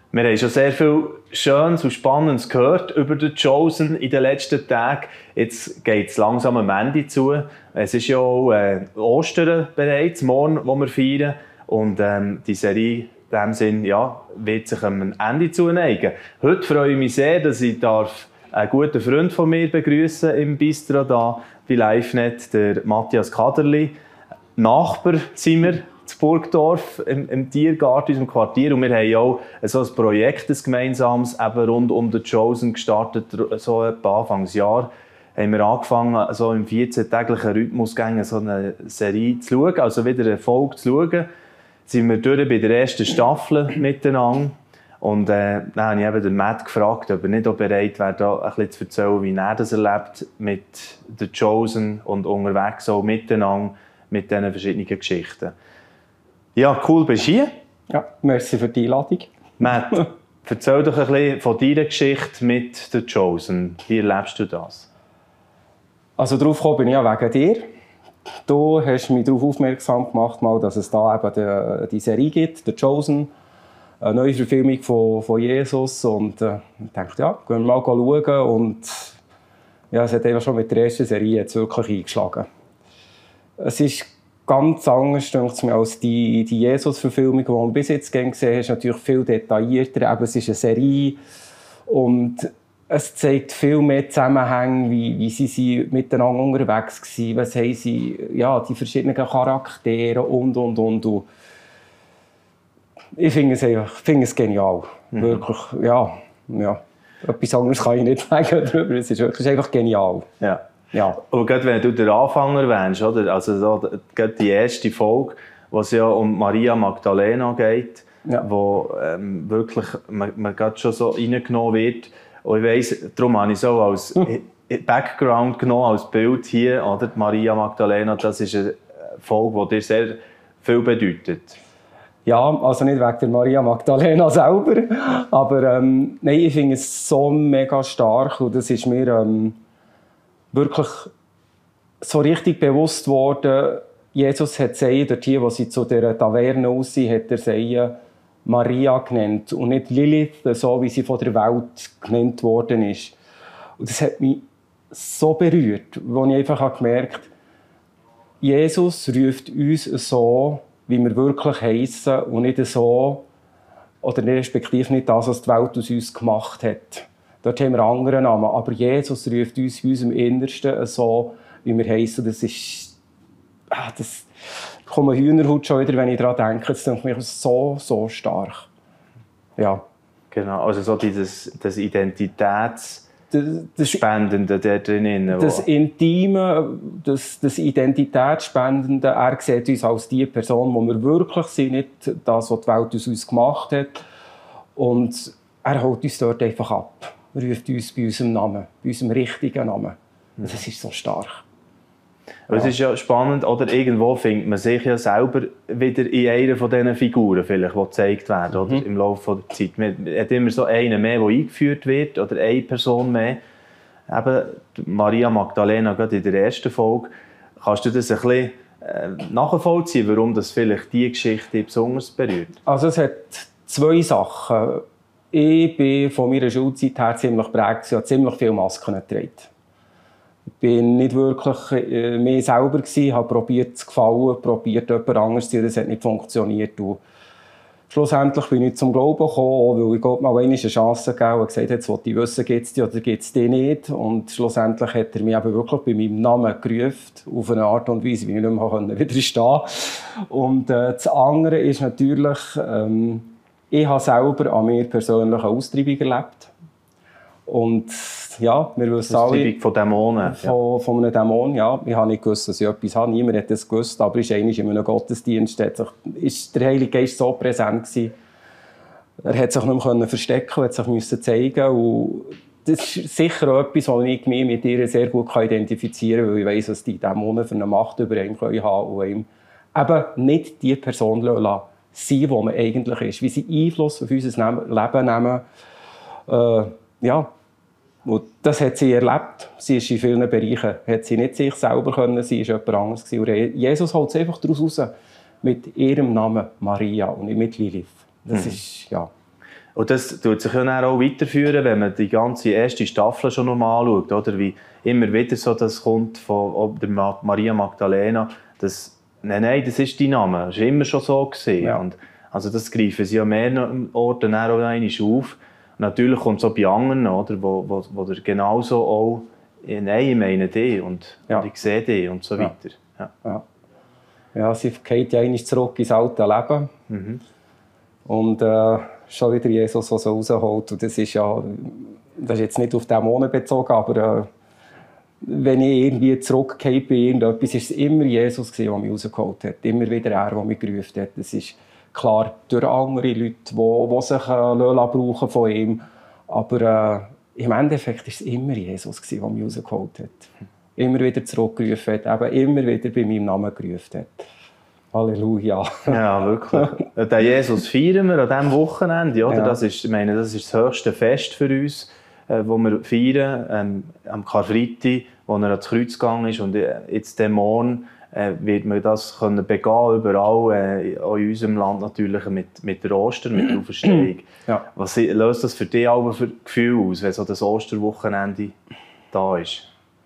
Wir haben schon sehr viel Schönes und Spannendes gehört über The Chosen in den letzten Tagen. Jetzt geht es langsam am Ende zu. Es ist ja auch Ostern bereits, morgen, wo wir feiern. Und die Serie in diesem Sinn wird sich am Ende zuneigen. Heute freue ich mich sehr, dass ich einen guten Freund von mir begrüßen im Bistro da bei LiveNet, der Matthias Kaderli. Nachbar sind wir in Burgdorf, im Tiergarten, in unserem Quartier. Und wir haben auch so ein Projekt, ein gemeinsames, eben rund um The Chosen gestartet, so etwa Anfangsjahr. Haben wir angefangen, so im 14-täglichen Rhythmus so eine Serie zu schauen, also wieder eine Folge zu schauen. Sind wir durch bei der ersten Staffel miteinander. Und dann habe ich eben den Matt gefragt, ob er nicht auch bereit wäre, da ein bisschen zu erzählen, wie er das erlebt mit The Chosen und unterwegs so miteinander mit diesen verschiedenen Geschichten. Ja, cool, bist du hier? Ja, merci für die Einladung. Matt, erzähl doch ein bisschen von deiner Geschichte mit The Chosen. Wie erlebst du das? Also darauf gekommen bin ich ja wegen dir. Du hast mich darauf aufmerksam gemacht, dass es da eben die Serie gibt, The Chosen, eine neue Verfilmung von Jesus. Und ich dachte, ja, gehen wir mal schauen. Und ja, es hat einfach schon mit der ersten Serie jetzt wirklich eingeschlagen. Es ist ganz anders, denke ich mir, als die Jesus-Verfilmung, die man bis jetzt gesehen hat. Es ist natürlich viel detaillierter. Eben, es ist eine Serie und es zeigt viel mehr Zusammenhänge, wie sie miteinander unterwegs waren, was haben sie, ja, die verschiedenen Charaktere und. Ich finde es genial. Wirklich, ja. Etwas anderes kann ich nicht sagen darüber. Es ist wirklich einfach genial. Ja. Und gerade wenn du den Anfang erwähnst, oder? Also so, gerade die erste Folge, wo es ja um Maria Magdalena geht, wo wirklich man gerade schon so reingenommen wird. Und ich weiss, darum habe ich so als Background genommen, als Bild hier, oder? Maria Magdalena, das ist eine Folge, die dir sehr viel bedeutet. Ja, also nicht wegen der Maria Magdalena selber, aber nein, ich finde es so mega stark und das ist mir wirklich so richtig bewusst worden. Jesus hat gesagt, dort hier, wo sie zu dieser Taverne raus sind, hat er sie Maria genannt und nicht Lilith, so wie sie von der Welt genannt worden ist. Und das hat mich so berührt, wo ich einfach gemerkt habe, Jesus ruft uns so, wie wir wirklich heissen und nicht so, oder respektive nicht das, was die Welt aus uns gemacht hat. Dort haben wir andere Namen, aber Jesus ruft uns in unserem Innersten so, wie wir heissen. Das ist, das kommt mir Hühnerhaut schon wieder, wenn ich daran denke. Das ist mich so stark. Ja. Genau, also so das Identitätsspendende da drinnen. Das Intime, das Identitätsspendende. Er sieht uns als die Person, die wir wirklich sind, nicht das, was die Welt aus uns gemacht hat. Und er holt uns dort einfach ab. Er ruft uns bei unserem Namen, bei unserem richtigen Namen. Das ist so stark. Aber es ist ja spannend, oder? Irgendwo findet man sich ja selber wieder in einer von diesen Figuren, vielleicht, die gezeigt werden, oder? Im Laufe der Zeit. Man hat immer so einen mehr, der eingeführt wird, oder eine Person mehr. Eben Maria Magdalena, gerade in der ersten Folge. Kannst du das ein bisschen nachvollziehen, warum das vielleicht diese Geschichte besonders berührt? Also es hat zwei Sachen. Ich bin von meiner Schulzeit her ziemlich geprägt, ich habe ziemlich viele Masken getragen. Ich war nicht wirklich mehr selber, habe probiert zu gefallen, probiert jemand anderes zu sein, das hat nicht funktioniert. Und schlussendlich bin ich zum Glauben gekommen, weil ich Gott mal eine Chance gegeben und gesagt, jetzt wollte ich wissen, gibt es die oder gibt es die nicht. Und schlussendlich hat er mich eben wirklich bei meinem Namen gerufen, auf eine Art und Weise, wie ich nicht mehr widerstehen konnte. Und das andere ist natürlich, ich habe selber an mir persönlich eine Austreibung erlebt. Und ja, wir wissen alle... Austreibung von Dämonen? Von einem Dämon, ja. Ich habe nicht gewusst, dass ich etwas habe. Niemand hat das gewusst. Aber in einem Gottesdienst ist der Heilige Geist so präsent gewesen. Er hat sich nicht mehr verstecken, hat sich zeigen. Und das ist sicher auch etwas, was ich mich mit ihr sehr gut identifizieren kann, weil ich weiss, was die Dämonen für eine Macht über ihn haben und ihm eben nicht die Person lassen, sein, die man eigentlich ist. Wie sie Einfluss auf unser Leben nehmen. Ja. Und das hat sie erlebt. Sie ist in vielen Bereichen, hat sie nicht sich selber können, sie war jemand anderes. Und Jesus holt sie einfach daraus raus, mit ihrem Namen Maria und nicht mit Lilith. Das ist, ja. Und das tut sich ja dann auch weiterführen, wenn man die ganze erste Staffel schon nochmal anschaut, oder? Wie immer wieder so das kommt von der Maria Magdalena, das, nein, das ist dein Name, das war immer schon so gewesen. Ja. Und also das greifen sie an mehreren Orten auch einmal auf. Und natürlich kommt es auch bei anderen, oder, wo der genauso auch, nein, ich meine dich und ich sehe dich und so weiter. Ja, sie geht ja einmal zurück ins alte Leben. Mhm. Und schon wieder Jesus, der so rausholt. Und das ist jetzt nicht auf diesen Monat bezogen, aber wenn ich irgendwie zurückgehe bei irgendetwas, ist es immer Jesus, der mich rausgeholt hat. Immer wieder er, der mich gerufen hat. Das ist klar durch andere Leute, die sich brauchen von ihm. Aber im Endeffekt war es immer Jesus, der mich rausgeholt hat. Immer wieder zurückgerufen hat, eben immer wieder bei meinem Namen gerufen hat. Halleluja. Ja, wirklich. Den Jesus feiern wir an diesem Wochenende. Oder? Ja. Das ist das höchste Fest für uns, das wir feiern, am Karfreitag, wo er ans Kreuz gegangen ist. Und jetzt den Morgen wird man das können begehen, überall, auch in unserem Land natürlich, mit der Ostern, mit der Auferstehung. Ja. Was löst das für dich auch für Gefühl aus, wenn so das Osterwochenende da ist?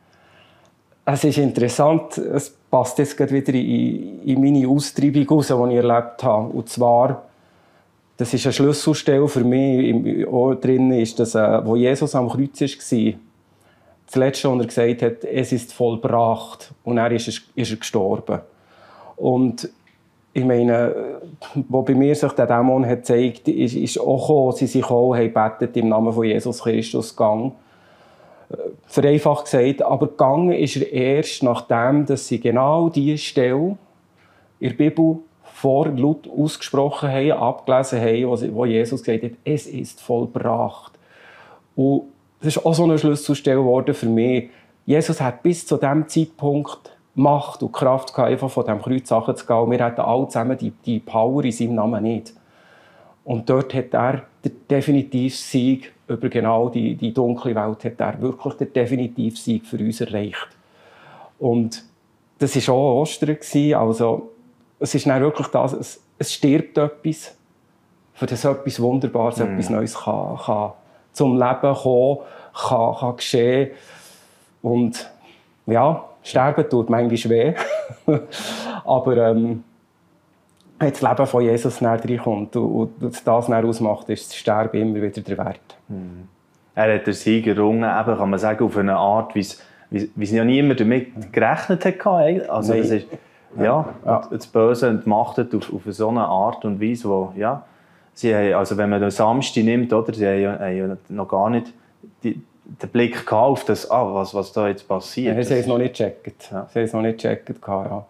Es ist interessant, es passt jetzt gerade wieder in meine Austreibung raus, die ich erlebt habe. Und zwar, das ist eine Schlüsselstelle für mich, auch drin ist, dass, wo Jesus am Kreuz war, das Letzte, was er gesagt hat, es ist vollbracht. Und er ist er gestorben. Und ich meine, wo bei mir sich der Dämon hat gezeigt, ist auch gekommen, sie sich auch betet im Namen von Jesus Christus gegangen. Vereinfacht gesagt, aber gegangen ist er erst nachdem, dass sie genau diese Stelle in der Bibel laut ausgesprochen haben, abgelesen haben, wo Jesus gesagt hat, es ist vollbracht. Und das ist auch so eine Schlüsselstelle geworden für mich. Jesus hat bis zu diesem Zeitpunkt Macht und Kraft gehabt, einfach von diesem Kreuz runterzugehen. Wir hatten alle zusammen die Power in seinem Namen nicht. Und dort hat er den definitiven Sieg über genau die dunkle Welt, hat er wirklich den definitiven Sieg für uns erreicht. Und das war auch Ostern. Also, es ist dann wirklich das, es stirbt etwas, für das etwas Wunderbares, etwas Neues kann zum Leben kommen, kann geschehen. Und ja, sterben tut manchmal weh. Aber wenn das Leben von Jesus näher reinkommt und das näher ausmacht, ist das Sterben immer wieder der Wert. Er hat den Sieg errungen, eben, kann man sagen, auf eine Art, wie es ja niemand damit gerechnet hat. Also das ist, das Böse entmachtet auf so eine Art und Weise, wo, ja, sie haben, also wenn man den Samstag nimmt, oder, sie haben ja noch gar nicht den Blick gehabt auf das, was da jetzt passiert. Ja, sie haben es noch nicht gecheckt. Ja. Sie haben es noch nicht gecheckt. Ja.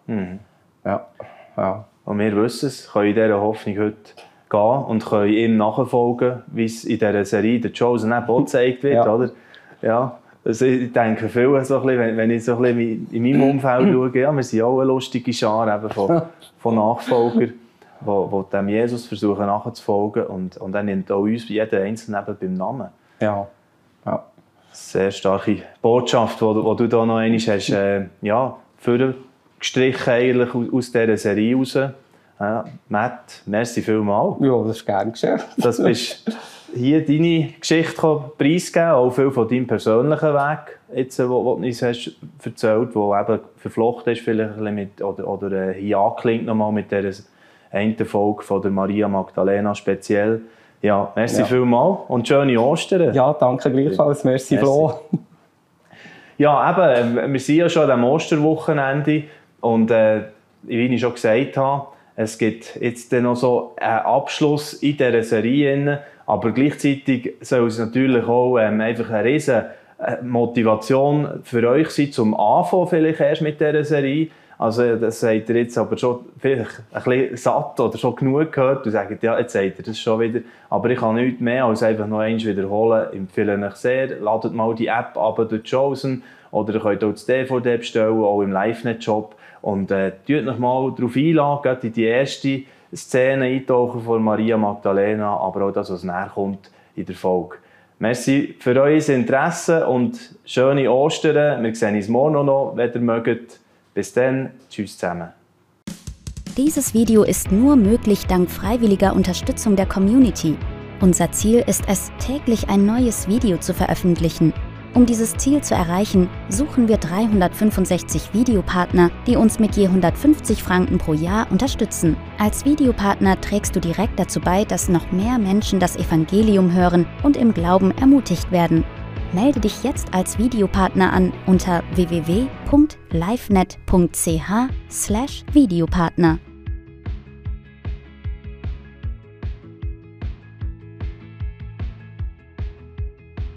Ja. Und wir wissen es, können in dieser Hoffnung heute gehen und können ihm nachfolgen, wie es in dieser Serie «The Chosen» auch gezeigt wird. Oder? Ja. Also ich denke viel, so ein bisschen, wenn ich so ein bisschen in meinem Umfeld schaue, ja, wir sind auch eine lustige Schar eben von Nachfolgern, die dem Jesus versuchen nachzufolgen und er nimmt auch uns, jeden Einzelnen beim Namen. Ja. Sehr starke Botschaft, die du da noch einmal hast, vorgestrichen eigentlich aus dieser Serie raus. Ja, Matt, merci vielmals. Ja, das ist gerne geschehen. Das bist hier deine Geschichte preisgeben, auch viel von deinem persönlichen Weg, jetzt, wo du uns hast erzählt, wo eben verflochten ist, vielleicht ein bisschen oder hier anklingt nochmal mit dieser einen Folge von der Maria Magdalena speziell. Ja, merci vielmals und schöne Ostern. Ja, danke gleichfalls. Merci. Flo. Ja, eben, wir sind ja schon am Osterwochenende und wie ich schon gesagt habe, es gibt jetzt noch so einen Abschluss in dieser Serie, aber gleichzeitig soll es natürlich auch einfach eine riesen Motivation für euch sein, zum Anfang vielleicht erst mit dieser Serie. Also das seid ihr jetzt aber schon vielleicht ein bisschen satt oder schon genug gehört und sagt, ja, jetzt seid ihr das schon wieder. Aber ich kann nichts mehr als einfach noch einmal wiederholen. Ich empfehle euch sehr, ladet mal die App ab, «The Chosen», oder ihr könnt auch das DVD bestellen, auch im LiveNet-Shop. Und tut euch mal darauf einladen, gerade in die erste Szene eintauchen von Maria Magdalena, aber auch das, was näher kommt in der Folge. Merci für euer Interesse und schöne Ostern. Wir sehen uns morgen noch, wenn ihr mögt. Bis dann, tschüss zusammen. Dieses Video ist nur möglich dank freiwilliger Unterstützung der Community. Unser Ziel ist es, täglich ein neues Video zu veröffentlichen. Um dieses Ziel zu erreichen, suchen wir 365 Videopartner, die uns mit je 150 Franken pro Jahr unterstützen. Als Videopartner trägst du direkt dazu bei, dass noch mehr Menschen das Evangelium hören und im Glauben ermutigt werden. Melde dich jetzt als Videopartner an unter www.livenet.ch/Videopartner.